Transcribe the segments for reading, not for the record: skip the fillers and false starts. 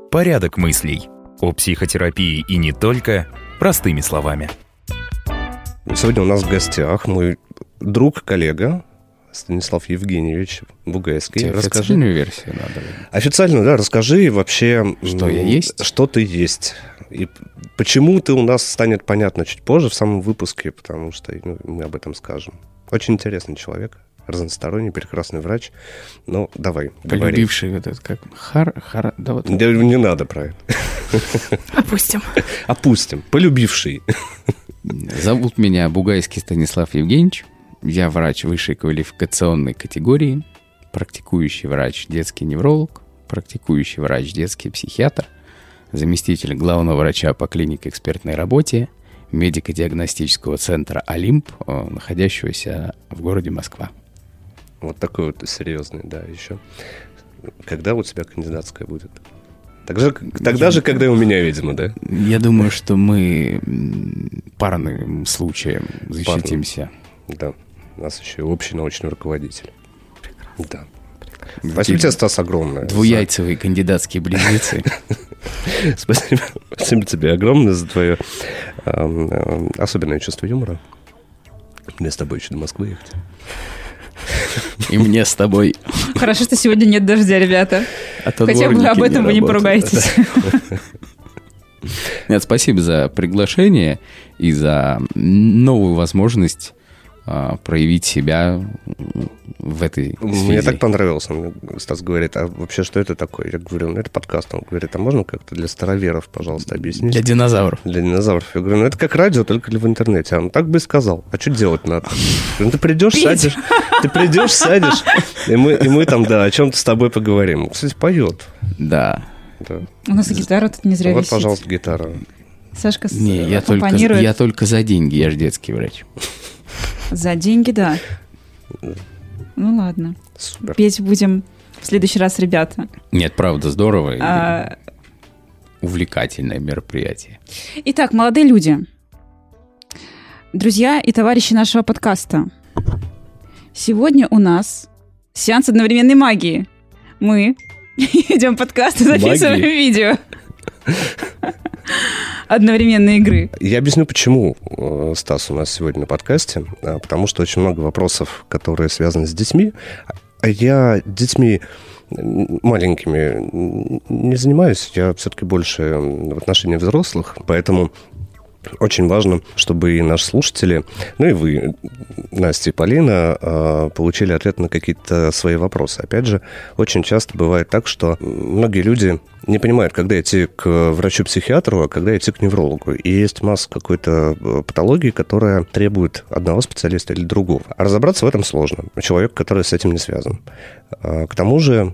Порядок мыслей. О психотерапии и не только, простыми словами. Сегодня у нас в гостях мой друг, коллега Станислав Евгеньевич Бугайский. Тебе официальную версию надо. Официально, да, расскажи вообще, что я есть? Что ты есть. И почему ты у нас станет понятно чуть позже в самом выпуске, потому что мы об этом скажем. Очень интересный человек, разносторонний, прекрасный врач. Ну, давай, говори. Полюбивший вот этот, как да, вот. Да, не надо про это. Опустим. Полюбивший. Зовут меня Бугайский Станислав Евгеньевич. Я врач высшей квалификационной категории, практикующий врач, детский невролог, практикующий врач, детский психиатр, заместитель главного врача по клинико-экспертной работе, медико-диагностического центра «Олимп», находящегося в городе Москва. Вот такой вот серьезный, да, еще. Когда у тебя кандидатская будет? Тогда же, когда и у меня, видимо, да? Я думаю, что мы парным случаем защитимся. Да, у нас еще и общий научный руководитель. Да. Спасибо тебе, Стас, огромное. Двуяйцевые кандидатские близнецы. Спасибо тебе огромное за твое особенное чувство юмора. Мне с тобой еще до Москвы ехать. И мне с тобой. Хорошо, что сегодня нет дождя, ребята. Хотя бы об этом вы не поругаетесь. Нет, спасибо за приглашение и за новую возможность проявить себя в этой сфере. Мне так понравилось. Он, Стас говорит, а вообще что это такое? Я говорю, это подкаст. Он говорит, а можно как-то для староверов, пожалуйста, объяснить? Для динозавров. Для динозавров. Я говорю, это как радио, только в интернете. А он так бы и сказал. А что делать надо? Ты придешь, сядешь, и мы там, да, о чем-то с тобой поговорим. Кстати, поет. Да. У нас и гитара тут не зря висит. Вот, пожалуйста, гитара. Сашка аккомпанирует. Я только за деньги, я же детский врач. За деньги, да. Ну ладно. Супер. Петь будем в следующий раз, ребята. Нет, правда, здорово. И увлекательное мероприятие. Итак, молодые люди, друзья и товарищи нашего подкаста. Сегодня у нас сеанс одновременной магии. Мы идем подкаст и записываем видео. Одновременной игры. Я объясню, почему Стас у нас сегодня на подкасте. Потому что очень много вопросов, которые связаны с детьми. А я детьми маленькими не занимаюсь. Я все-таки больше в отношении взрослых. Поэтому очень важно, чтобы и наши слушатели, ну и вы, Настя и Полина, получили ответ на какие-то свои вопросы. Опять же, очень часто бывает так, что многие люди не понимают, когда идти к врачу-психиатру, а когда идти к неврологу. И есть масса какой-то патологии, которая требует одного специалиста или другого. А разобраться в этом сложно. Человек, который с этим не связан. К тому же,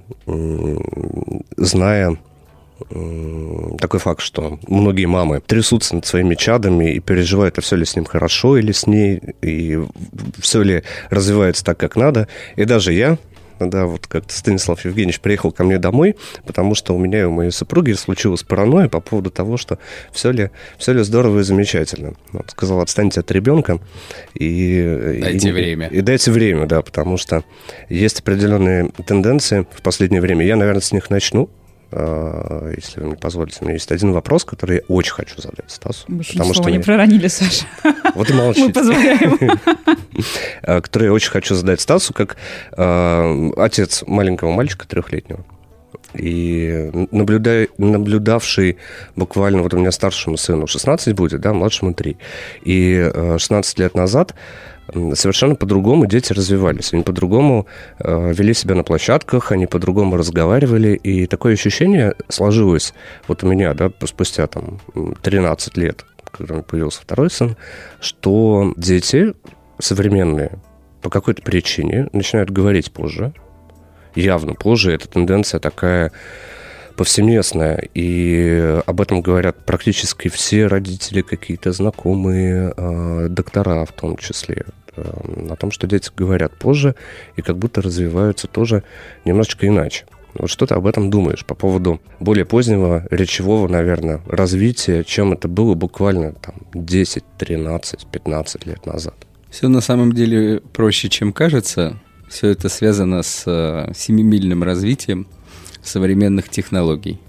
зная такой факт, что многие мамы трясутся над своими чадами и переживают, а все ли с ним хорошо или с ней, и все ли развивается так, как надо. И даже я, да, вот как-то Станислав Евгеньевич приехал ко мне домой, потому что у меня и у моей супруги случилась паранойя по поводу того, что все ли здорово и замечательно. Вот, сказал, отстаньте от ребенка и дайте время. И дайте время, да, потому что есть определенные тенденции в последнее время. Я, наверное, с них начну. Если вы мне позволите, у меня есть один вопрос, который я очень хочу задать Стасу. Мы еще ни слова не проронили, Саша. Вот и молчите. Мы позволяем. Который я очень хочу задать Стасу, как отец маленького мальчика 3-летнего. И наблюдавший буквально, вот у меня старшему сыну 16 будет, да, младшему 3. И 16 лет назад совершенно по-другому дети развивались. Они по-другому вели себя на площадках, они по-другому разговаривали. И такое ощущение сложилось вот у меня, да, спустя там 13 лет, когда у меня появился второй сын, что дети современные по какой-то причине начинают говорить позже. Явно позже. Эта тенденция такая повсеместная, и об этом говорят практически все родители, какие-то знакомые, доктора в том числе, о том, что дети говорят позже и как будто развиваются тоже немножечко иначе. Вот что ты об этом думаешь по поводу более позднего речевого, наверное, развития, чем это было буквально там 10, 13, 15 лет назад? Все на самом деле проще, чем кажется. Все это связано с семимильным развитием современных технологий.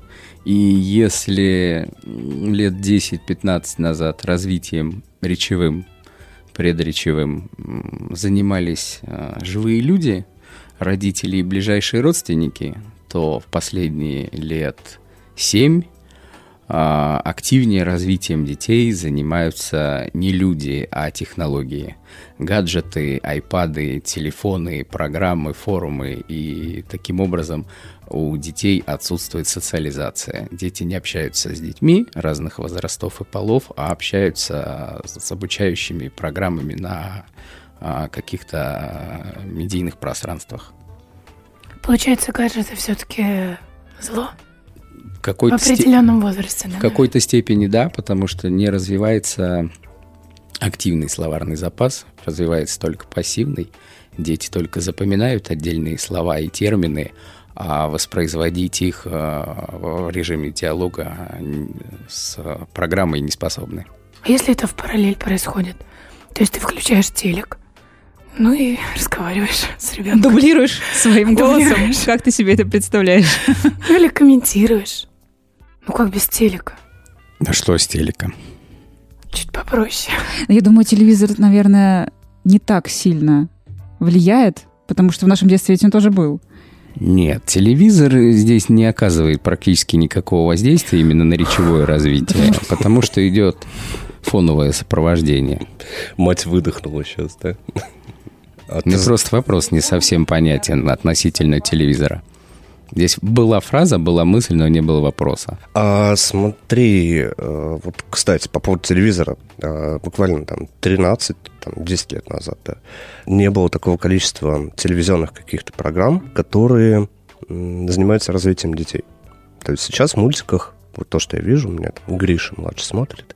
И если лет 10-15 назад развитием речевым, предречевым занимались живые люди, родители и ближайшие родственники, то в последние лет 7 активнее развитием детей занимаются не люди, а технологии. Гаджеты, айпады, телефоны, программы, форумы. И таким образом у детей отсутствует социализация. Дети не общаются с детьми разных возрастов и полов, а общаются с обучающими программами на каких-то медийных пространствах. Получается, гаджеты все-таки зло? В определенном возрасте, да? В какой-то степени да, потому что не развивается активный словарный запас, развивается только пассивный. Дети только запоминают отдельные слова и термины, а воспроизводить их в режиме диалога с программой не способны. А если это в параллель происходит? То есть ты включаешь телек, ну и разговариваешь с ребенком. Дублируешь своим голосом. Как ты себе это представляешь? Ну или комментируешь. Ну как без телека? А что с телеком? Чуть попроще. Я думаю, телевизор, наверное, не так сильно влияет, потому что в нашем детстве ведь он тоже был. Нет, телевизор здесь не оказывает практически никакого воздействия именно на речевое развитие, потому что идет фоновое сопровождение. Мать выдохнула сейчас, да? Мне просто вопрос не совсем понятен относительно телевизора. Здесь была фраза, была мысль, но не было вопроса. Смотри, вот, кстати, по поводу телевизора, буквально там 10 лет назад, да, не было такого количества телевизионных каких-то программ, которые занимаются развитием детей. То есть сейчас в мультиках, вот то, что я вижу, у меня там Гриша младший смотрит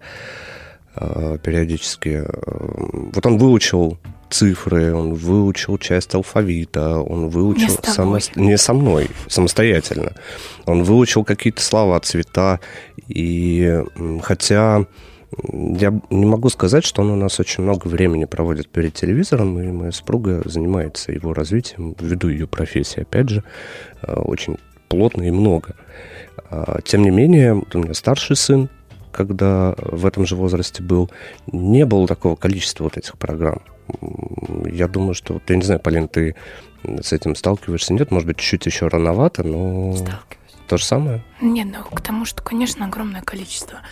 периодически, вот он выучил цифры, он выучил часть алфавита, он выучил не со мной, самостоятельно. Он выучил какие-то слова, цвета, и хотя я не могу сказать, что он у нас очень много времени проводит перед телевизором, и моя супруга занимается его развитием, ввиду ее профессии, опять же, очень плотно и много. Тем не менее, у меня старший сын, когда в этом же возрасте был, не было такого количества вот этих программ. Я думаю, что... Я не знаю, Полин, ты с этим сталкиваешься? Нет, может быть, чуть-чуть еще рановато, но... Сталкиваюсь. То же самое? Нет, ну к тому, что, конечно, огромное количество.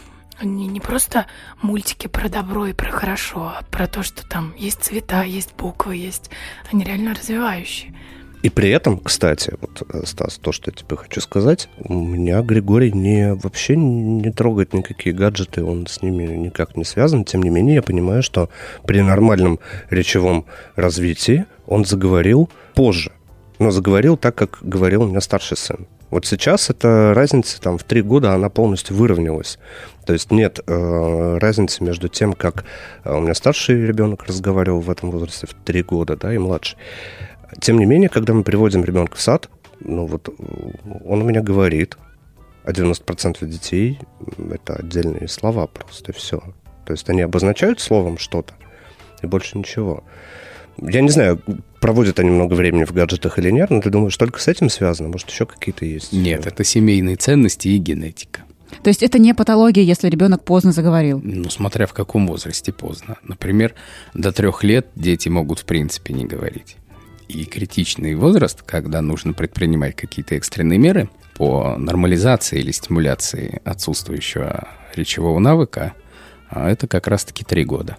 Не просто мультики про добро и про хорошо, а про то, что там есть цвета, есть буквы, есть... Они реально развивающие. И при этом, кстати, вот, Стас, то, что я тебе хочу сказать, у меня Григорий вообще не трогает никакие гаджеты, он с ними никак не связан. Тем не менее, я понимаю, что при нормальном речевом развитии он заговорил позже. Но заговорил так, как говорил у меня старший сын. Вот сейчас эта разница там, в 3 года, она полностью выровнялась. То есть нет разницы между тем, как у меня старший ребенок разговаривал в этом возрасте в 3 года, да, и младший. Тем не менее, когда мы приводим ребенка в сад, ну вот он у меня говорит, а 90% детей это отдельные слова просто, и все. То есть они обозначают словом что-то, и больше ничего. Я не знаю, проводят они много времени в гаджетах или нет, но ты думаешь, только с этим связано? Может, еще какие-то есть? Нет, это семейные ценности и генетика. То есть это не патология, если ребенок поздно заговорил? Ну, смотря в каком возрасте поздно. Например, до 3 лет дети могут в принципе не говорить. И критичный возраст, когда нужно предпринимать какие-то экстренные меры по нормализации или стимуляции отсутствующего речевого навыка, это как раз-таки 3 года.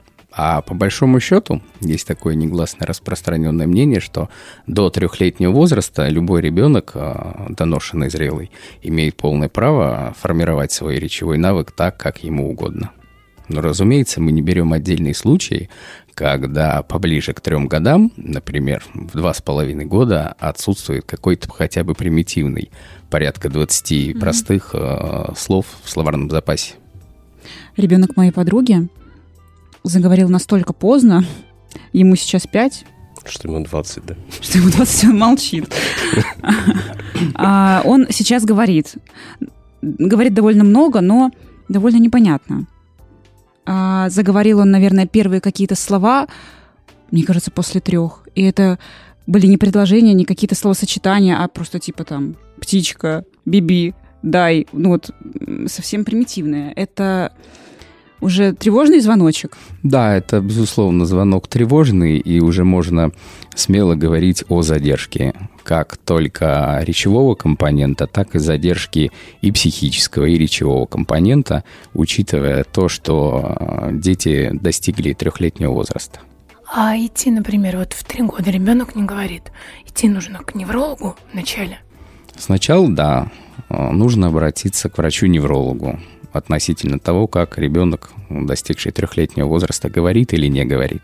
А по большому счету, есть такое негласно распространенное мнение, что до 3-летнего возраста любой ребенок, доношенный, зрелый, имеет полное право формировать свой речевой навык так, как ему угодно. Но, разумеется, мы не берем отдельные случаи, когда поближе к 3 годам, например, в 2,5 года отсутствует какой-то хотя бы примитивный, порядка 20 простых слов в словарном запасе. Ребенок моей подруги заговорил настолько поздно, ему сейчас 5. Что ему 20, да? Что ему 20, он молчит. Он сейчас говорит. Говорит довольно много, но довольно непонятно. Заговорил он, наверное, первые какие-то слова, мне кажется, после 3. И это были не предложения, не какие-то словосочетания, а просто типа там птичка, биби, дай, ну вот совсем примитивное. Это уже тревожный звоночек? Да, это, безусловно, звонок тревожный, и уже можно смело говорить о задержке как только речевого компонента, так и задержки и психического, и речевого компонента, учитывая то, что дети достигли 3-летнего возраста. А идти, например, вот в 3 года ребенок не говорит, идти нужно к неврологу вначале? Сначала, да, нужно обратиться к врачу-неврологу относительно того, как ребенок, достигший 3-летнего возраста, говорит или не говорит.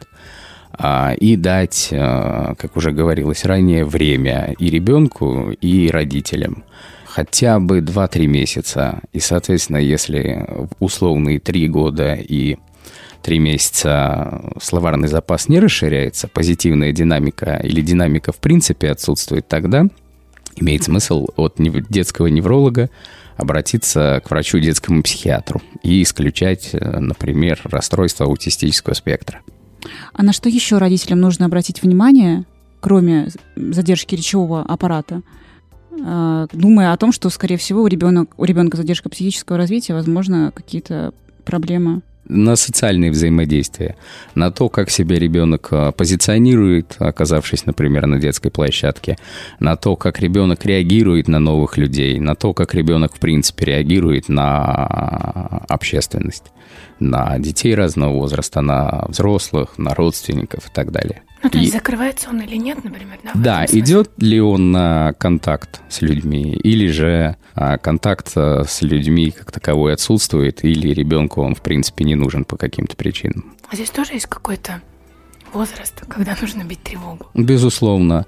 И дать, как уже говорилось ранее, время и ребенку, и родителям. Хотя бы 2-3 месяца. И, соответственно, если в условные 3 года и 3 месяца словарный запас не расширяется, позитивная динамика или динамика в принципе отсутствует, тогда имеет смысл от детского невролога обратиться к врачу детскому психиатру и исключать, например, расстройство аутистического спектра. А на что еще родителям нужно обратить внимание, кроме задержки речевого аппарата, думая о том, что, скорее всего, у ребенка задержка психического развития, возможно, какие-то проблемы? На социальные взаимодействия, на то, как себя ребенок позиционирует, оказавшись, например, на детской площадке, на то, как ребенок реагирует на новых людей, на то, как ребенок, в принципе, реагирует на общественность, на детей разного возраста, на взрослых, на родственников и так далее. Ну, то есть закрывается он или нет, например? Да, идет ли он на контакт с людьми, или же контакт с людьми как таковой отсутствует, или ребенку он, в принципе, не нужен по каким-то причинам. А здесь тоже есть какой-то возраст, когда нужно бить тревогу? Безусловно.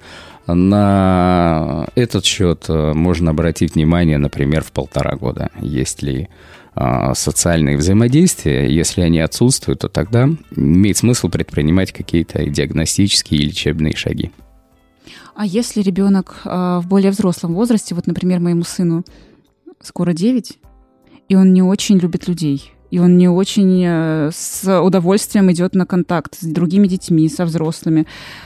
На этот счет можно обратить внимание, например, в 1,5 года. Есть ли социальные взаимодействия, если они отсутствуют, то тогда имеет смысл предпринимать какие-то диагностические и лечебные шаги. А если ребенок в более взрослом возрасте, вот, например, моему сыну скоро 9, и он не очень любит людей, и он не очень с удовольствием идет на контакт с другими детьми, со взрослыми,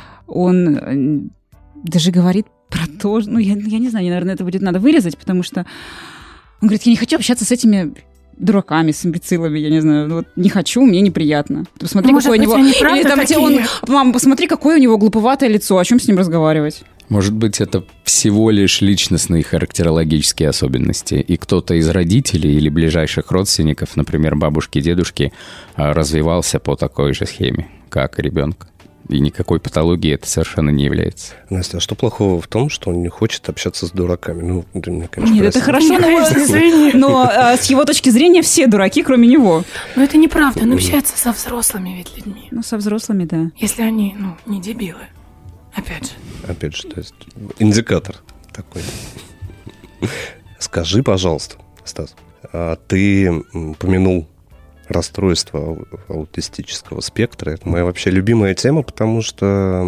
он даже говорит про то, ну, я не знаю, наверное, это будет надо вырезать, потому что он говорит, я не хочу общаться с этими дураками, с имбецилами, я не знаю, вот не хочу, мне неприятно. Посмотри, какое у него... Или там, где он... Мама, посмотри, какое у него глуповатое лицо, о чем с ним разговаривать? Может быть, это всего лишь личностные характерологические особенности, и кто-то из родителей или ближайших родственников, например, бабушки, дедушки, развивался по такой же схеме, как и ребенок. И никакой патологии это совершенно не является. Настя, а что плохого в том, что он не хочет общаться с дураками? Ну, мне, конечно, нет, это хорошо, но с его точки зрения все дураки, кроме него. Но это неправда, он общается со взрослыми ведь людьми. Ну, со взрослыми, да. Если они, не дебилы. Опять же, то есть индикатор такой. Скажи, пожалуйста, Стас, ты помянул расстройство аутистического спектра. Это моя вообще любимая тема, потому что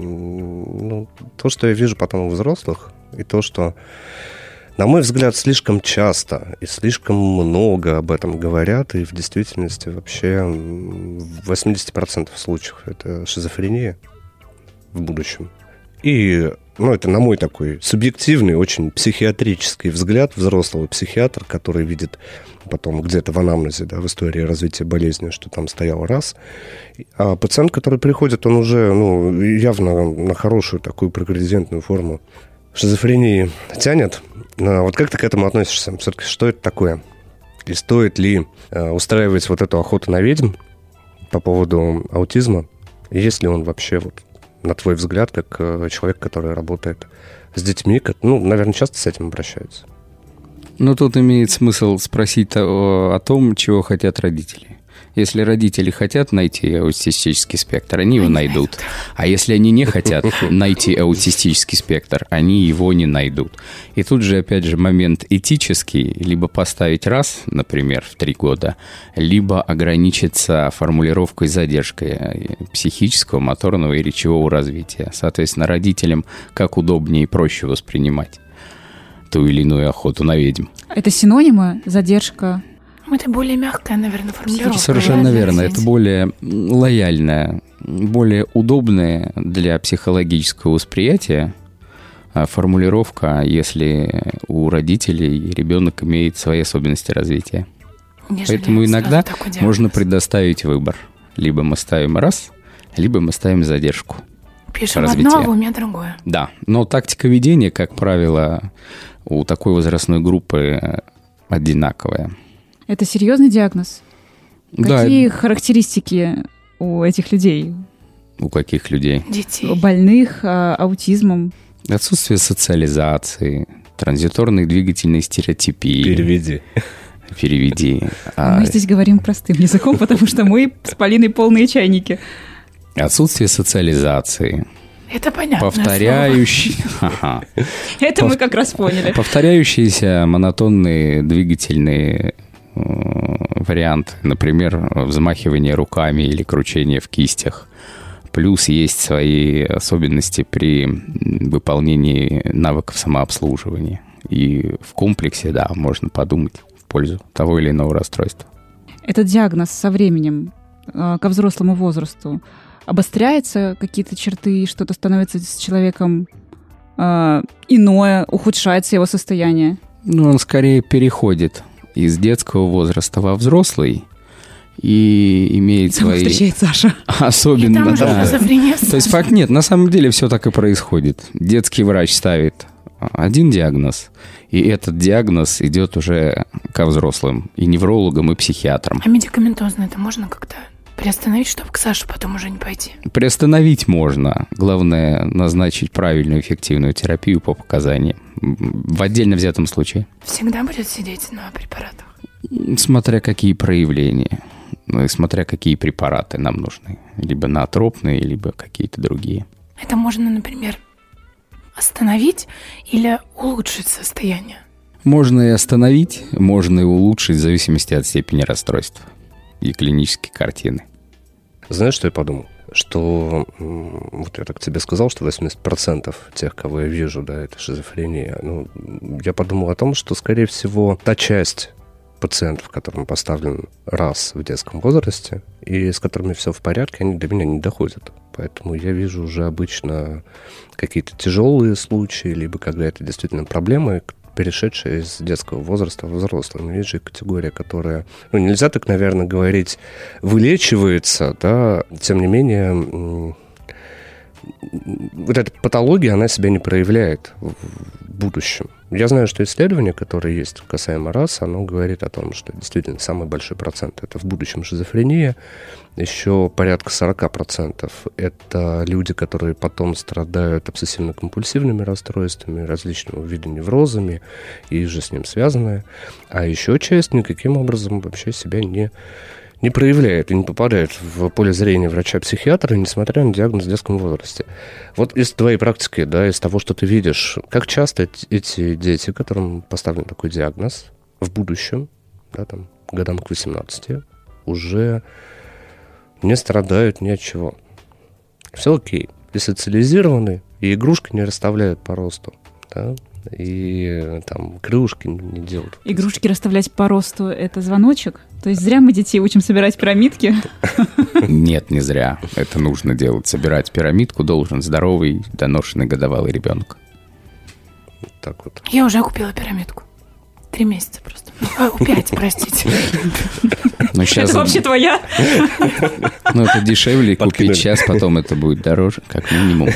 то, что я вижу потом у взрослых, и то, что, на мой взгляд, слишком часто и слишком много об этом говорят, и в действительности вообще в 80% случаев это шизофрения в будущем. И это на мой такой субъективный, очень психиатрический взгляд взрослого психиатра, который видит потом где-то в анамнезе, в истории развития болезни, что там стоял раз. А пациент, который приходит, он уже явно на хорошую такую прогрессивную форму шизофрении тянет. Вот как ты к этому относишься? Все-таки что это такое? И стоит ли устраивать вот эту охоту на ведьм по поводу аутизма? И есть ли он вообще на твой взгляд, как человек, который работает с детьми, наверное, часто с этим обращаются? Тут имеет смысл спросить о том, чего хотят родители. Если родители хотят найти аутистический спектр, они его найдут. А если они не хотят найти аутистический спектр, они его не найдут. И тут же, опять же, момент этический. Либо поставить раз, например, в 3 года, либо ограничиться формулировкой задержкой психического, моторного и речевого развития. Соответственно, родителям как удобнее и проще воспринимать ту или иную охоту на ведьм. Это синонимы? Задержка? Это более мягкая, наверное, формулировка. Совершенно верно. Это более лояльная, более удобная для психологического восприятия формулировка, если у родителей ребенок имеет свои особенности развития. Поэтому иногда можно предоставить выбор. Либо мы ставим раз, либо мы ставим задержку. Пишем одно, а в уме другое. Да, но тактика ведения, как правило, у такой возрастной группы одинаковая. Это серьезный диагноз? Да. Какие характеристики у этих людей? У каких людей? Детей. Больных аутизмом? Отсутствие социализации, транзиторной двигательной стереотипии. Переведи. Мы здесь говорим простым языком, потому что мы с Полиной полные чайники. Отсутствие социализации. Это понятно. Это мы как раз поняли. Повторяющиеся монотонные двигательные варианты, например, взмахивание руками или кручение в кистях. Плюс есть свои особенности при выполнении навыков самообслуживания. И в комплексе, да, можно подумать в пользу того или иного расстройства. Этот диагноз со временем ко взрослому возрасту обостряется, какие-то черты, что-то становится с человеком иное, ухудшается его состояние? Ну, он скорее переходит из детского возраста во взрослый и имеет свои... встречает Саша. Особенно, и там да. То есть факт нет, на самом деле все так и происходит. Детский врач ставит один диагноз, и этот диагноз идет уже ко взрослым, и неврологам, и психиатрам. А медикаментозно это можно как-то приостановить, чтобы к Саше потом уже не пойти? Приостановить можно. Главное, назначить правильную, эффективную терапию по показаниям. В отдельно взятом случае. Всегда будет сидеть на препаратах? Смотря какие проявления. Ну и смотря какие препараты нам нужны. Либо наотропные, либо какие-то другие. Это можно, например, остановить или улучшить состояние? Можно и остановить, можно и улучшить в зависимости от степени расстройства и клинической картины. Знаешь, что я подумал? Что, вот я так тебе сказал, что 80% тех, кого я вижу, да, это шизофрения. Ну, я подумал о том, что, скорее всего, та часть пациентов, которым поставлен раз в детском возрасте, и с которыми все в порядке, они до меня не доходят. Поэтому я вижу уже обычно какие-то тяжелые случаи, либо когда это действительно проблемы, перешедшая из детского возраста в взрослый. Но есть же категория, которая, ну, нельзя так, наверное, говорить, вылечивается, да, тем не менее, вот эта патология, она себя не проявляет в будущем. Я знаю, что исследование, которое есть касаемо РАС, оно говорит о том, что действительно самый большой процент – это в будущем шизофрения, еще порядка 40% – это люди, которые потом страдают обсессивно-компульсивными расстройствами, различного вида неврозами и же с ним связанное, а еще часть никаким образом вообще себя не проявляет и не попадает в поле зрения врача-психиатра, несмотря на диагноз в детском возрасте. Вот из твоей практики, да, из того, что ты видишь, как часто эти дети, которым поставлен такой диагноз, в будущем, да, там, годам к 18, уже не страдают ни от чего. Все окей. И социализированы, и игрушки не расставляют по росту, да, и там крылышки не делают. Игрушки расставлять по росту – это звоночек? То есть зря мы детей учим собирать пирамидки? Нет, не зря. Это нужно делать. Собирать пирамидку должен здоровый, доношенный годовалый ребенок. Так вот. Я уже купила пирамидку. 3 месяца просто. 5, простите. Это вообще твоя? Ну, это дешевле купить сейчас, потом это будет дороже, как минимум.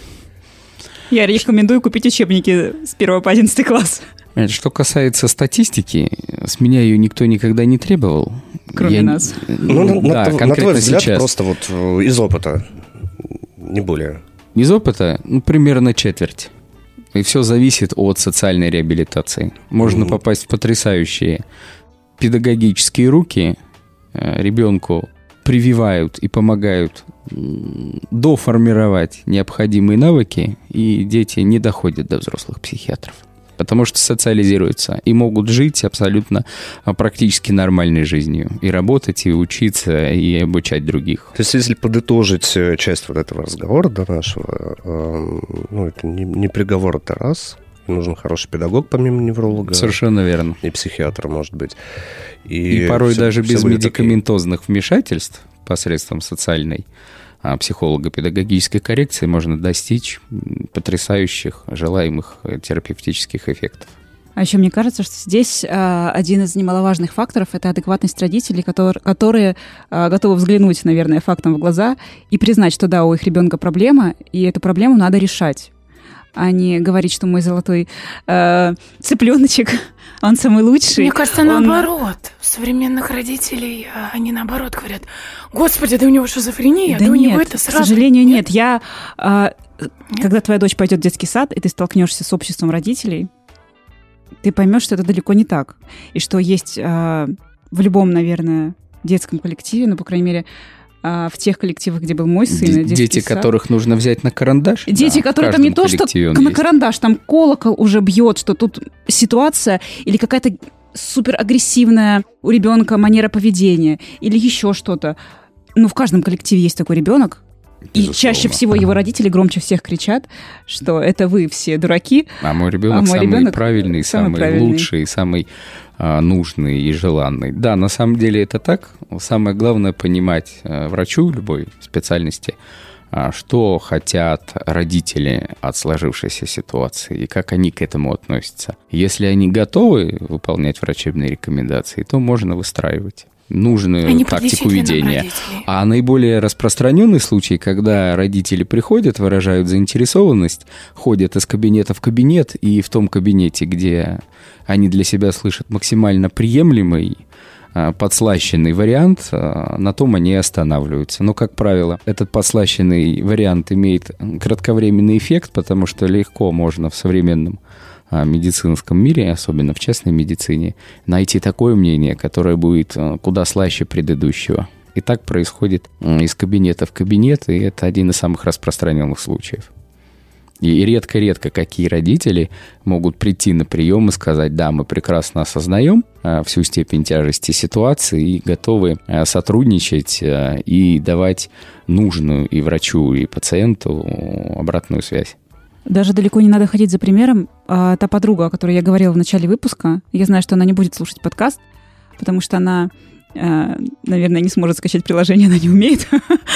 Я рекомендую купить учебники с 1 по 11 класс. Что касается статистики, с меня ее никто никогда не требовал. Кроме нас. Ну, да, на твой взгляд, сейчас. просто вот из опыта, не более. Из опыта, ну, примерно четверть. И все зависит от социальной реабилитации. Можно попасть в потрясающие педагогические руки. Ребенку прививают и помогают доформировать необходимые навыки, и дети не доходят до взрослых психиатров. Потому что социализируются и могут жить абсолютно практически нормальной жизнью. И работать, и учиться, и обучать других. То есть, если подытожить часть вот этого разговора до нашего, ну, это не приговор, это раз. Нужен хороший педагог, помимо невролога. Совершенно верно. И психиатра, может быть. И порой даже без медикаментозных вмешательств посредством социальной психолого-педагогической коррекции можно достичь потрясающих желаемых терапевтических эффектов. А еще мне кажется, что здесь один из немаловажных факторов — это адекватность родителей, которые готовы взглянуть, наверное, фактам в глаза и признать, что да, у их ребенка проблема, и эту проблему надо решать, а не говорить, что мой золотой цыпленочек, он самый лучший. Мне кажется, наоборот. Современных родителей, они наоборот говорят: «Господи, да у него шизофрения, да у него это сразу». К сожалению, нет. Когда твоя дочь пойдет в детский сад, и ты столкнешься с обществом родителей, ты поймешь, что это далеко не так. И что есть в любом, наверное, детском коллективе, ну, по крайней мере, в тех коллективах, где был мой сын. Дети, которых нужно взять на карандаш? Дети, которые там не то, что на карандаш, там колокол уже бьет, что тут ситуация или какая-то суперагрессивная у ребенка манера поведения или еще что-то. Ну, в каждом коллективе есть такой ребенок. И чаще всего его родители громче всех кричат, что это вы все дураки. А мой ребенок самый правильный, самый лучший, самый нужный и желанный. Да, на самом деле это так. Самое главное понимать врачу любой специальности, что хотят родители от сложившейся ситуации и как они к этому относятся. Если они готовы выполнять врачебные рекомендации, то можно выстраивать нужную тактику ведения. А наиболее распространенный случай, когда родители приходят, выражают заинтересованность, ходят из кабинета в кабинет, и в том кабинете, где они для себя слышат максимально приемлемый, подслащенный вариант, на том они и останавливаются. Но, как правило, этот подслащенный вариант имеет кратковременный эффект, потому что легко можно в современном медицинском мире, особенно в частной медицине, найти такое мнение, которое будет куда слаще предыдущего. И так происходит из кабинета в кабинет, и это один из самых распространенных случаев. И редко-редко какие родители могут прийти на прием и сказать: да, мы прекрасно осознаем всю степень тяжести ситуации и готовы сотрудничать и давать нужную и врачу, и пациенту обратную связь. Даже далеко не надо ходить за примером. Та подруга, о которой я говорила в начале выпуска, я знаю, что она не будет слушать подкаст, потому что она, наверное, не сможет скачать приложение, она не умеет.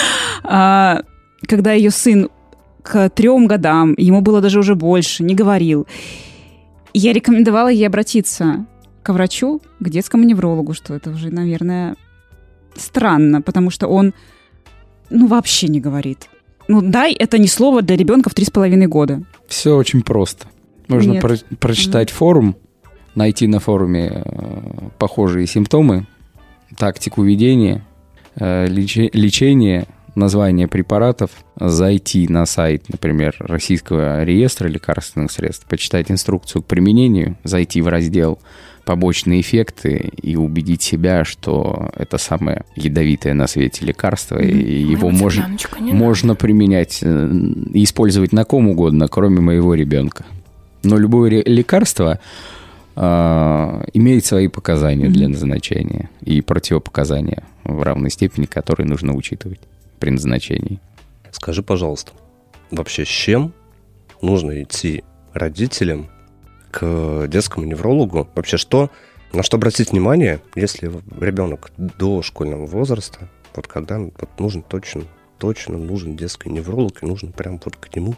Когда ее сын к 3 годам, ему было даже уже больше, не говорил, я рекомендовала ей обратиться к врачу, к детскому неврологу, что это уже, наверное, странно, потому что он, вообще не говорит. Дай это не слово для ребенка в 3,5 года. Все очень просто. Можно прочитать форум, найти на форуме похожие симптомы, тактику ведения, лечение, название препаратов, зайти на сайт, например, Российского реестра лекарственных средств, почитать инструкцию к применению, зайти в раздел «Побочные эффекты» и убедить себя, что это самое ядовитое на свете лекарство, и его можно применять и использовать на ком угодно, кроме моего ребенка. Но любое лекарство имеет свои показания для назначения и противопоказания в равной степени, которые нужно учитывать при назначении. Скажи, пожалуйста, вообще с чем нужно идти родителям к детскому неврологу? Вообще, на что обратить внимание, если ребенок до школьного возраста, когда нужен точно нужен детский невролог, и нужно прям к нему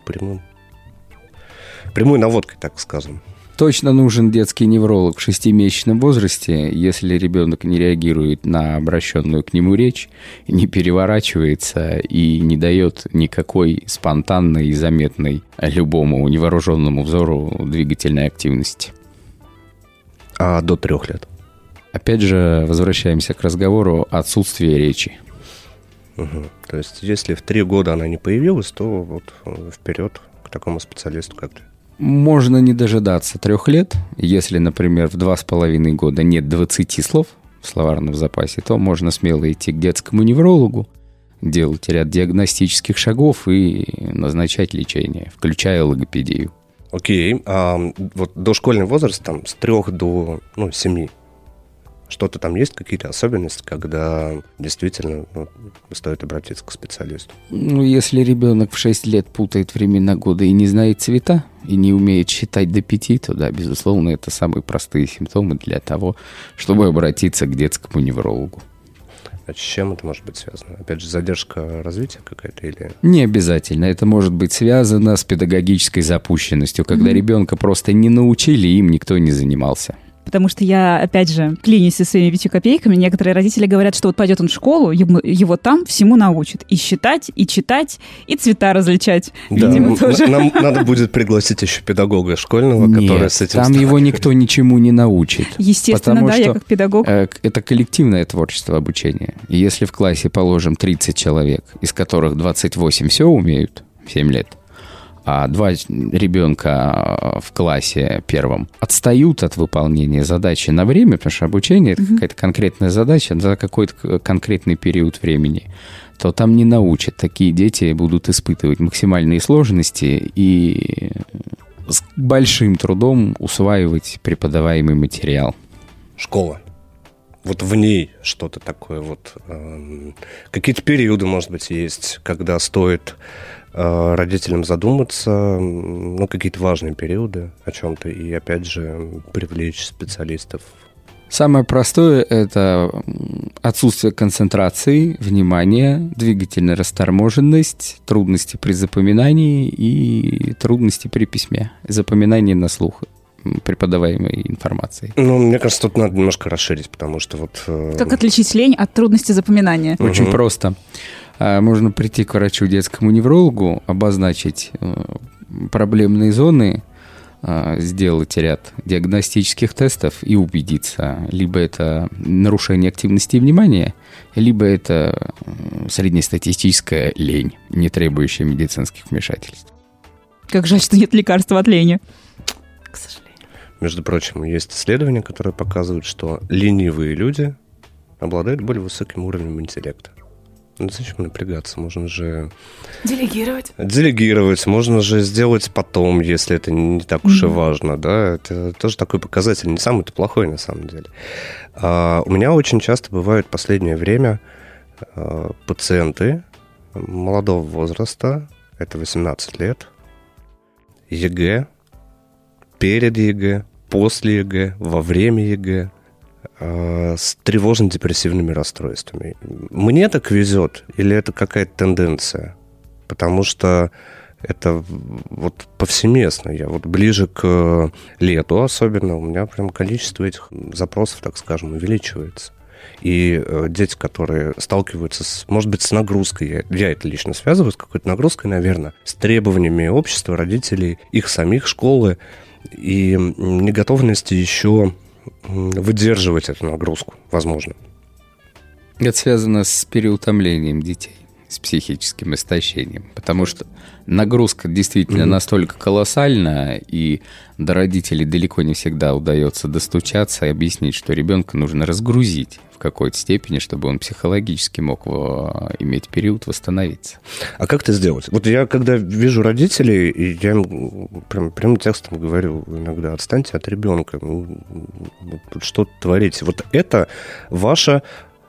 прямой наводкой, так скажем. Точно нужен детский невролог в 6-месячном возрасте, если ребенок не реагирует на обращенную к нему речь, не переворачивается и не дает никакой спонтанной и заметной любому невооруженному взору двигательной активности. А до 3 лет? Опять же, возвращаемся к разговору отсутствия речи. Угу. То есть, если в 3 года она не появилась, то вперед к такому специалисту, как ты. Можно не дожидаться 3 лет. Если, например, в 2,5 года нет 20 слов в словарном запасе, то можно смело идти к детскому неврологу, делать ряд диагностических шагов и назначать лечение, включая логопедию. Окей. А дошкольный возраст, с 3 до 7, что-то там есть, какие-то особенности, когда действительно стоит обратиться к специалисту? Если ребенок в 6 лет путает времена года и не знает цвета, и не умеет считать до 5, то да, безусловно, это самые простые симптомы для того, чтобы обратиться к детскому неврологу. А с чем это может быть связано? Опять же, задержка развития какая-то или... Не обязательно. Это может быть связано с педагогической запущенностью, когда ребенка просто не научили, им никто не занимался. Потому что я, опять же, клянусь со своими 5 копейками, некоторые родители говорят, что вот пойдет он в школу, его там всему научат. И считать, и читать, и цвета различать. Да, Видимо, тоже. Нам надо будет пригласить еще педагога школьного, который с этим... там его никто ничему не научит. Естественно, да, я как педагог. Это коллективное творчество обучения. И если в классе, положим, 30 человек, из которых 28 все умеют в 7 лет, а 2 ребенка в классе первом отстают от выполнения задачи на время, потому что обучение — это какая-то конкретная задача за какой-то конкретный период времени, то там не научат. Такие дети будут испытывать максимальные сложности и с большим трудом усваивать преподаваемый материал. Школа. Вот в ней что-то такое вот. Какие-то периоды, может быть, есть, когда стоит родителям задуматься, ну, какие-то важные периоды о чем-то, и, опять же, привлечь специалистов. Самое простое – это отсутствие концентрации, внимания, двигательная расторможенность, трудности при запоминании и трудности при письме, запоминание на слух преподаваемой информации. Ну, мне кажется, тут надо немножко расширить, потому что вот... Как отличить лень от трудности запоминания? Очень просто. Можно прийти к врачу, детскому неврологу, обозначить проблемные зоны, сделать ряд диагностических тестов и убедиться, либо это нарушение активности внимания, либо это среднестатистическая лень, не требующая медицинских вмешательств. Как жаль, что нет лекарства от лени. К сожалению. Между прочим, есть исследования, которые показывают, что ленивые люди обладают более высоким уровнем интеллекта. Ну, зачем напрягаться? Можно же... Делегировать. Можно же сделать потом, если это не так уж и важно, да. Это тоже такой показатель, не самый-то плохой на самом деле. У меня очень часто бывают в последнее время пациенты молодого возраста, это 18 лет, ЕГЭ, перед ЕГЭ, после ЕГЭ, во время ЕГЭ, с тревожно-депрессивными расстройствами. Мне так везет или это какая-то тенденция? Потому что это вот повсеместно. Я вот ближе к лету особенно, у меня прям количество этих запросов, так скажем, увеличивается. И дети, которые сталкиваются, может быть, с нагрузкой, я это лично связываю с какой-то нагрузкой, наверное, с требованиями общества, родителей, их самих, школы, и неготовности еще выдерживать эту нагрузку, возможно. Это связано с переутомлением детей, с психическим истощением, потому что нагрузка действительно настолько колоссальна, и до родителей далеко не всегда удается достучаться и объяснить, что ребенка нужно разгрузить в какой-то степени, чтобы он психологически мог иметь период восстановиться. А как это сделать? Вот я, когда вижу родителей, и я им прям текстом говорю иногда: отстаньте от ребенка, что творите. Вот это ваше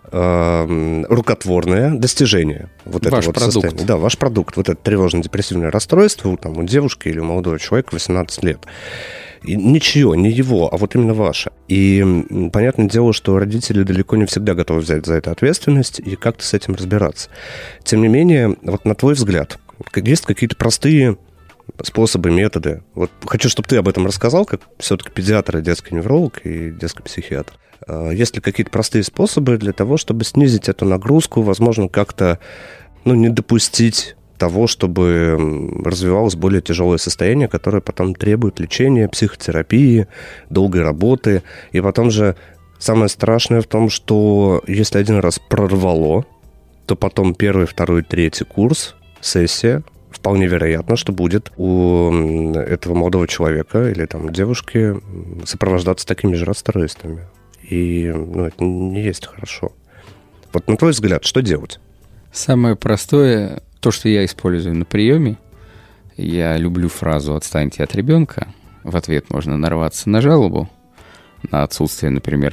рукотворное достижение. Вот ваш это вот продукт. Состояние. Да, ваш продукт. Вот это тревожно-депрессивное расстройство там, у девушки или у молодого человека 18 лет. И ничего, не его, а вот именно ваше. И понятное дело, что родители далеко не всегда готовы взять за это ответственность и как-то с этим разбираться. Тем не менее, вот на твой взгляд, есть какие-то простые способы, методы? Вот хочу, чтобы ты об этом рассказал, как все-таки педиатр, и детский невролог и детский психиатр. Есть ли какие-то простые способы для того, чтобы снизить эту нагрузку, возможно, как-то не допустить того, чтобы развивалось более тяжелое состояние, которое потом требует лечения, психотерапии, долгой работы. И потом же самое страшное в том, что если один раз прорвало, то потом 1, 2, 3 курс, сессия, вполне вероятно, что будет у этого молодого человека или там девушки сопровождаться такими же расстройствами. И это не есть хорошо. Вот на твой взгляд, что делать? Самое простое, то, что я использую на приеме, я люблю фразу «отстаньте от ребенка». В ответ можно нарваться на жалобу, на отсутствие, например,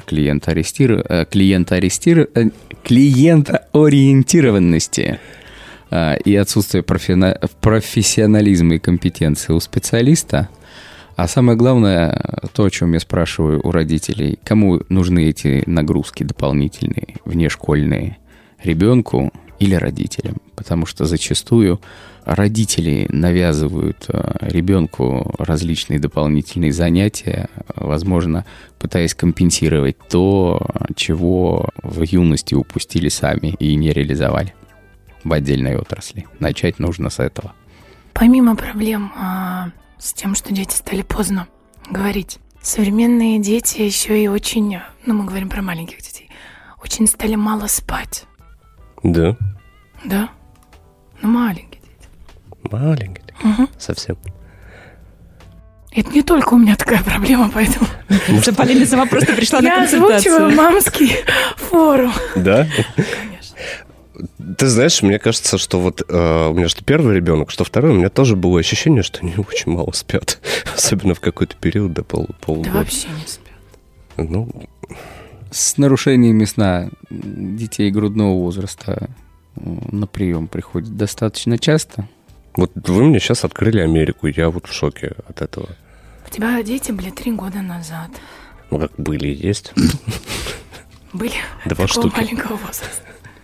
клиентоориентированности и отсутствие профессионализма и компетенции у специалиста. А самое главное, то, о чем я спрашиваю у родителей, кому нужны эти нагрузки дополнительные, внешкольные, ребенку или родителям. Потому что зачастую родители навязывают ребенку различные дополнительные занятия, возможно, пытаясь компенсировать то, чего в юности упустили сами и не реализовали в отдельной отрасли. Начать нужно с этого. Помимо проблем с тем, что дети стали поздно говорить, современные дети еще и очень, мы говорим про маленьких детей, очень стали мало спать. Да. Да? Маленькие дети. Маленькие. Угу. Совсем. Это не только у меня такая проблема, поэтому... Полина сама просто пришла на Я консультацию. озвучиваю мамский форум. Да? Конечно. Ты знаешь, мне кажется, что вот у меня что первый ребенок, что второй, у меня тоже было ощущение, что они очень мало спят. Особенно в какой-то период до полугода. Да вообще не спят. Ну, С нарушениями сна детей грудного возраста на прием приходят достаточно часто. вот вы мне сейчас открыли Америку, я вот в шоке от этого. У тебя дети были 3 года назад. Ну, как были и есть. Были 2 такого штуки. маленького возраста.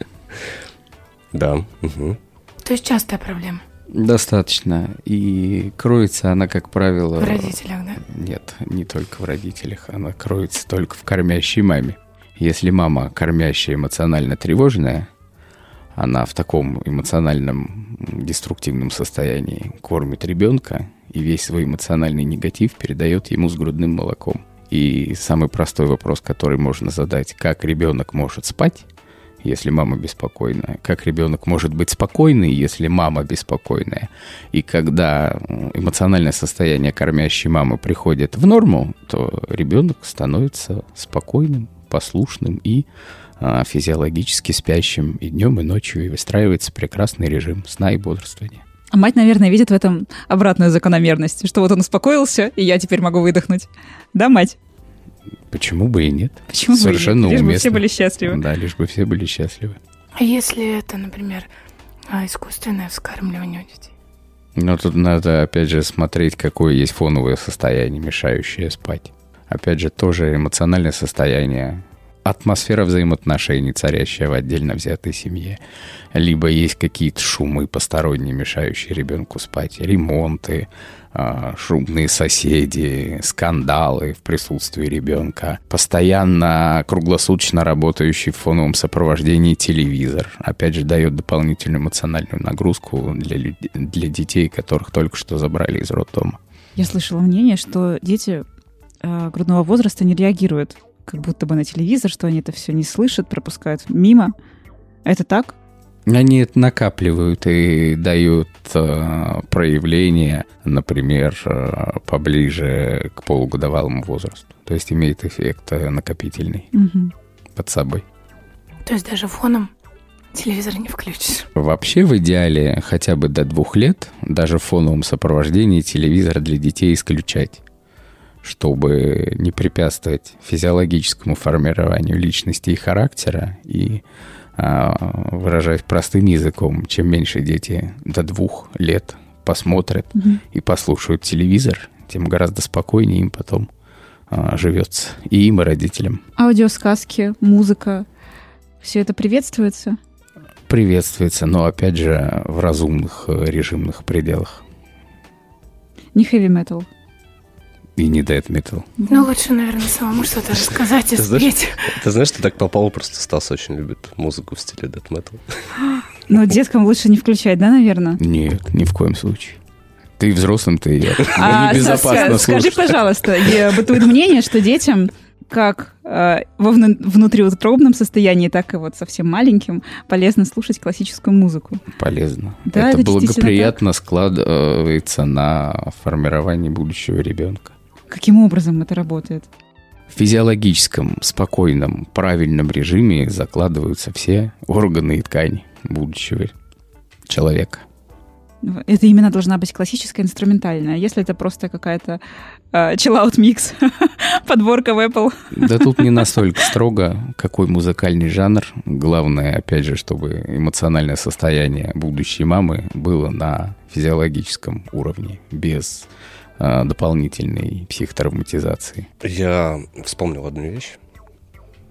Да. Угу. То есть частая проблема Достаточно. И кроется она, как правило... в родителях, да? Нет, не только в родителях. Она кроется только в кормящей маме. Если мама кормящая эмоционально тревожная, она в таком эмоциональном деструктивном состоянии кормит ребенка и весь свой эмоциональный негатив передает ему с грудным молоком. И самый простой вопрос, который можно задать: как ребенок может спать, если мама беспокойная? Как ребенок может быть спокойный, если мама беспокойная? И когда эмоциональное состояние кормящей мамы приходит в норму, то ребенок становится спокойным, послушным и физиологически спящим и днем, и ночью, и выстраивается прекрасный режим сна и бодрствования. А мать, наверное, видит в этом обратную закономерность, что вот он успокоился, и я теперь могу выдохнуть. Да, мать? Почему бы и нет? Почему бы и нет? Совершенно Лишь бы уместно. все были счастливы. Да, лишь бы все были счастливы. А если это, например, искусственное вскармливание у детей? Но тут надо, опять же, смотреть, какое есть фоновое состояние, мешающее спать. Опять же, тоже эмоциональное состояние, атмосфера взаимоотношений, царящая в отдельно взятой семье. Либо есть какие-то шумы посторонние, мешающие ребенку спать. Ремонты, шумные соседи, скандалы в присутствии ребенка. Постоянно, круглосуточно работающий в фоновом сопровождении телевизор. Опять же, дает дополнительную эмоциональную нагрузку для детей, которых только что забрали из роддома. Я слышала мнение, что дети грудного возраста не реагируют как будто бы на телевизор, что они это все не слышат, пропускают мимо. Это так? Они это накапливают и дают проявления, например, поближе к полугодовалому возрасту. То есть имеет эффект накопительный под собой. То есть даже фоном телевизор не включишь? Вообще, в идеале, хотя бы до 2 лет, даже в фоновом сопровождении телевизор для детей исключать, чтобы не препятствовать физиологическому формированию личности и характера, и выражать простым языком, чем меньше дети до 2 лет посмотрят и послушают телевизор, тем гораздо спокойнее им потом живется. И им, и родителям. Аудиосказки, музыка, все это приветствуется? Приветствуется, но, опять же, в разумных режимных пределах. Не хэви-метал? И не death metal. Ну, лучше, наверное, самому что-то рассказать и спеть. Ты знаешь, ты так попал, просто Стас очень любит музыку в стиле death metal. Но деткам лучше не включать, да, наверное? Нет, ни в коем случае. Ты взрослым, ты небезопасно Скажи, слушать. пожалуйста, бытует мнение, что детям, как во внутриутробном состоянии, так и вот совсем маленьким, полезно слушать классическую музыку. Полезно. Да, это это действительно благоприятно складывается на формирование будущего ребенка. Каким образом это работает? В физиологическом, спокойном, правильном режиме закладываются все органы и ткани будущего человека. Это именно должна быть классическая инструментальная. Если это просто какая-то chill-out микс, подборка в Apple. Да тут не настолько строго, какой музыкальный жанр. Главное, опять же, чтобы эмоциональное состояние будущей мамы было на физиологическом уровне, без дополнительной психотравматизации. Я вспомнил одну вещь.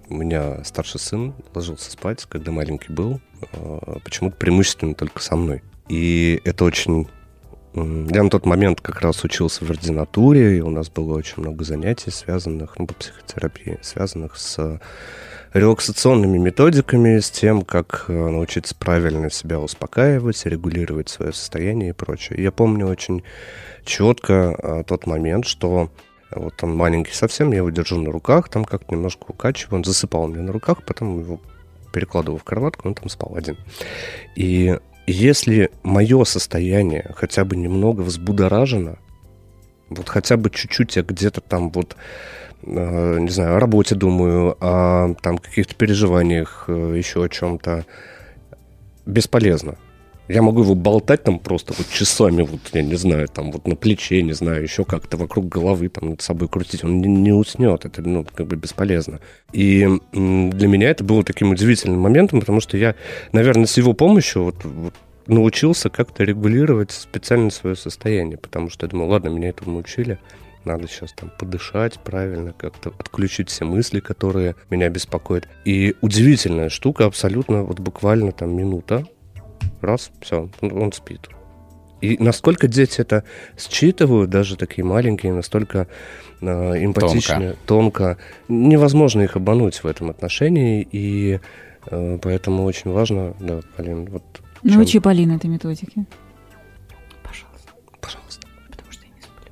у меня старший сын ложился спать, когда маленький был, почему-то преимущественно только со мной. И это очень... Я на тот момент как раз учился в ординатуре, и у нас было очень много занятий, связанных, по психотерапии, связанных с релаксационными методиками, с тем, как научиться правильно себя успокаивать, регулировать свое состояние и прочее. И я помню очень четко тот момент, что вот он маленький совсем, я его держу на руках, там как-то немножко укачиваю, он засыпал меня на руках, потом его перекладывал в кроватку, он там спал один. И если мое состояние хотя бы немного взбудоражено, вот хотя бы чуть-чуть я где-то там вот, не знаю, о работе думаю, о там каких-то переживаниях, еще о чем-то, бесполезно. Я могу его болтать там просто вот часами, вот, я не знаю, там вот на плече, не знаю, еще как-то вокруг головы там над собой крутить. Он не уснет, это, как бы бесполезно. И для меня это было таким удивительным моментом, потому что я, наверное, с его помощью вот научился как-то регулировать специально свое состояние, потому что я думал, ладно, меня этому научили, надо сейчас там подышать правильно, как-то отключить все мысли, которые меня беспокоят. И удивительная штука, абсолютно, вот буквально там минута, раз, все, он спит. И насколько дети это считывают, даже такие маленькие, настолько эмпатичны, тонко, невозможно их обмануть в этом отношении, и поэтому очень важно, да, Полин, вот... Научи Полину этой методике. Пожалуйста. Пожалуйста. Потому что я не сплю.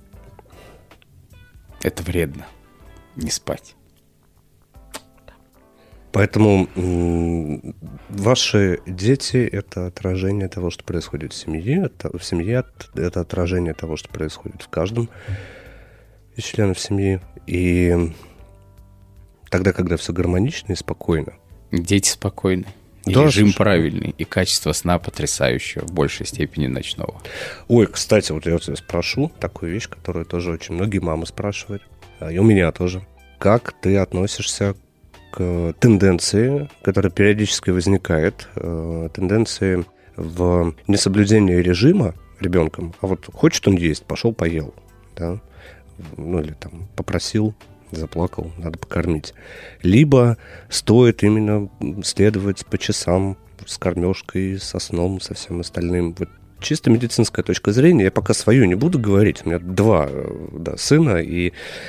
Это вредно, не спать. Поэтому ваши дети — это отражение того, что происходит в семье. Это отражение того, что происходит в каждом из членов семьи. И тогда, когда все гармонично и спокойно. Дети спокойны. И да, режим слушай, правильный, и качество сна потрясающее, в большей степени ночного. Ой, кстати, вот я тебя спрошу такую вещь, которую тоже очень многие мамы спрашивают, и у меня тоже. Как ты относишься к тенденции, которая периодически возникает, тенденции в несоблюдении режима ребенком, а вот хочет он есть, пошел поел, да, ну или там попросил, заплакал, надо покормить. Либо стоит именно следовать по часам с кормежкой, со сном, со всем остальным. Вот чисто медицинская точка зрения, я пока свою не буду говорить, у меня 2 сына, и...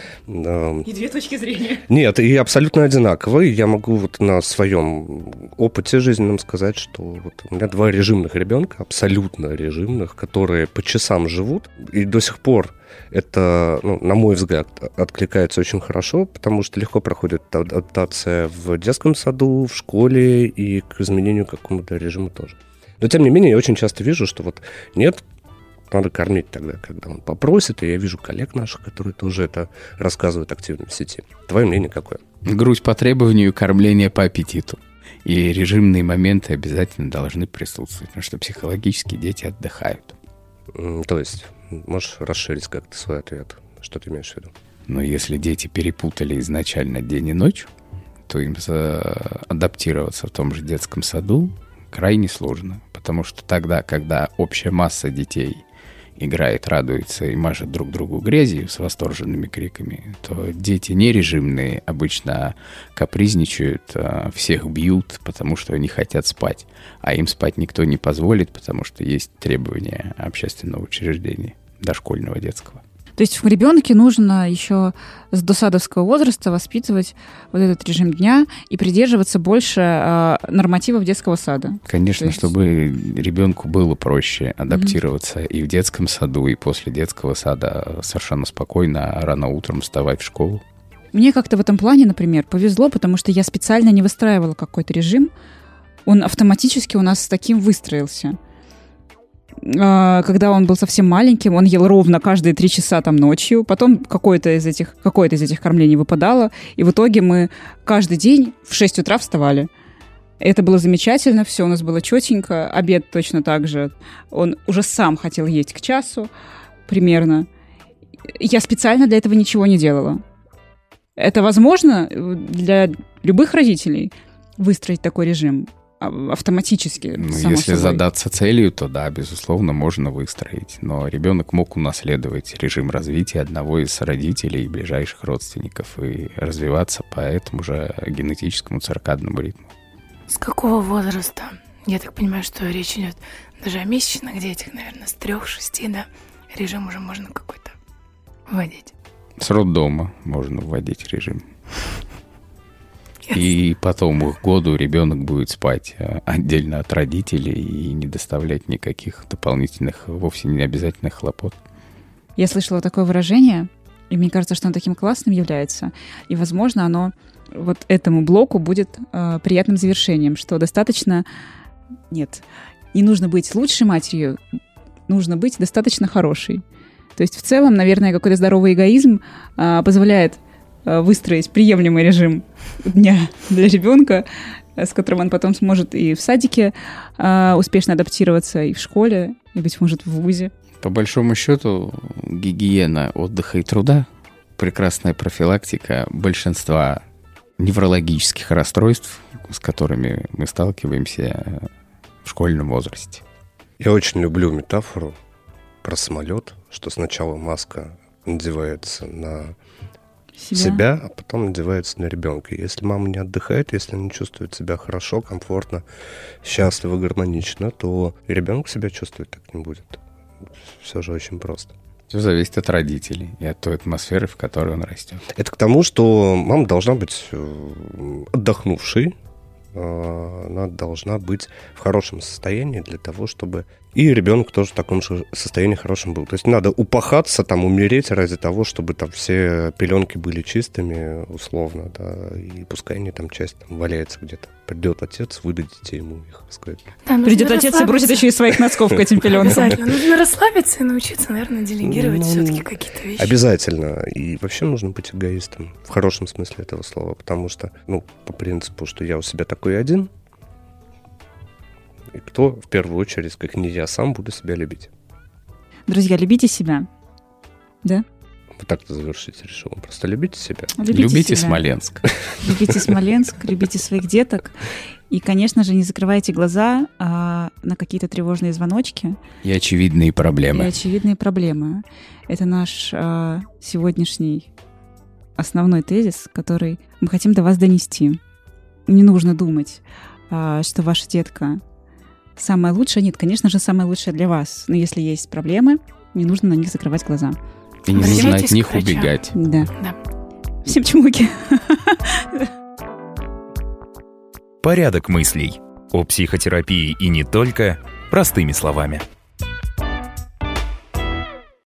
И 2 точки зрения. Нет, и абсолютно одинаковые. Я могу вот на своем опыте жизненном сказать, что вот у меня 2 режимных ребенка, абсолютно режимных, которые по часам живут, и до сих пор это, на мой взгляд, откликается очень хорошо, потому что легко проходит адаптация в детском саду, в школе и к изменению какому-то режима тоже. Но, тем не менее, я очень часто вижу, что вот нет, надо кормить тогда, когда он попросит, и я вижу коллег наших, которые тоже это рассказывают активно в сети. Твое мнение какое? Грудь по требованию, кормление по аппетиту. И режимные моменты обязательно должны присутствовать, потому что психологически дети отдыхают. То есть, можешь расширить как-то свой ответ? Что ты имеешь в виду? Но если дети перепутали изначально день и ночь, то им адаптироваться в том же детском саду крайне сложно. Потому что тогда, когда общая масса детей играет, радуется и мажет друг другу грязью с восторженными криками, то дети нережимные обычно капризничают, всех бьют, потому что они хотят спать. А им спать никто не позволит, потому что есть требования общественного учреждения, дошкольного, детского. То есть в ребенке нужно еще с досадовского возраста воспитывать вот этот режим дня и придерживаться больше нормативов детского сада. Конечно, есть... чтобы ребенку было проще адаптироваться и в детском саду, и после детского сада совершенно спокойно рано утром вставать в школу. Мне как-то в этом плане, например, повезло, потому что я специально не выстраивала какой-то режим. Он автоматически у нас с таким выстроился. Когда он был совсем маленьким, он ел ровно каждые 3 часа там ночью, потом какое-то из этих кормлений выпадало, и в итоге мы каждый день в 6 утра вставали. Это было замечательно, все у нас было четенько, обед точно так же. Он уже сам хотел есть к часу примерно. Я специально для этого ничего не делала. Это возможно для любых родителей выстроить такой режим. автоматически, само если собой. задаться целью, то да, безусловно, можно выстроить. Но ребенок мог унаследовать режим развития одного из родителей и ближайших родственников и развиваться по этому же генетическому циркадному ритму. С какого возраста? Я так понимаю, что речь идет даже о месячных детях, наверное, с 3-6, да? Режим уже можно какой-то вводить. С роддома можно вводить режим. И потом к году ребенок будет спать отдельно от родителей и не доставлять никаких дополнительных, вовсе не обязательных хлопот. Я слышала такое выражение, и мне кажется, что оно таким классным является. И, возможно, оно вот этому блоку будет приятным завершением, что достаточно... Нет, не нужно быть лучшей матерью, нужно быть достаточно хорошей. То есть в целом, наверное, какой-то здоровый эгоизм позволяет выстроить приемлемый режим дня для ребенка, с которым он потом сможет и в садике успешно адаптироваться, и в школе, и, быть может, в вузе. По большому счету, гигиена отдыха и труда – прекрасная профилактика большинства неврологических расстройств, с которыми мы сталкиваемся в школьном возрасте. Я очень люблю метафору про самолет, что сначала маска надевается на себя, а потом надевается на ребенка. Если мама не отдыхает, если не чувствует себя хорошо, комфортно, счастливо, гармонично, то и ребенок себя чувствовать так не будет. Все же очень просто. Все зависит от родителей и от той атмосферы, в которой он растет. Это к тому, что мама должна быть отдохнувшей, она должна быть в хорошем состоянии для того, чтобы и ребенок тоже в таком же состоянии хорошем был. То есть надо упахаться, там, умереть ради того, чтобы там все пеленки были чистыми, условно, да, и пускай они там часть там валяется где-то. Придет отец, выдадите ему их, сказать. Да, Придет отец и бросит еще из своих носков к этим пеленкам. Обязательно. Нужно расслабиться и научиться, наверное, делегировать все-таки какие-то вещи. Обязательно. И вообще нужно быть эгоистом. В хорошем смысле этого слова. Потому что, по принципу, что я у себя такой один, и кто, в первую очередь, как не я сам, буду себя любить. Друзья, любите себя. Да? Вы так-то завершить решил. Просто любите себя. Любите себя. Смоленск. Любите Смоленск, любите своих деток. И, конечно же, не закрывайте глаза на какие-то тревожные звоночки. И очевидные проблемы. Это наш сегодняшний основной тезис, который мы хотим до вас донести. Не нужно думать, что ваша детка самое лучшее. Нет, конечно же, самое лучшее для вас. Но если есть проблемы, не нужно на них закрывать глаза. И не нужно от них убегать. Да. Всем чмоки. Порядок мыслей. О психотерапии и не только простыми словами.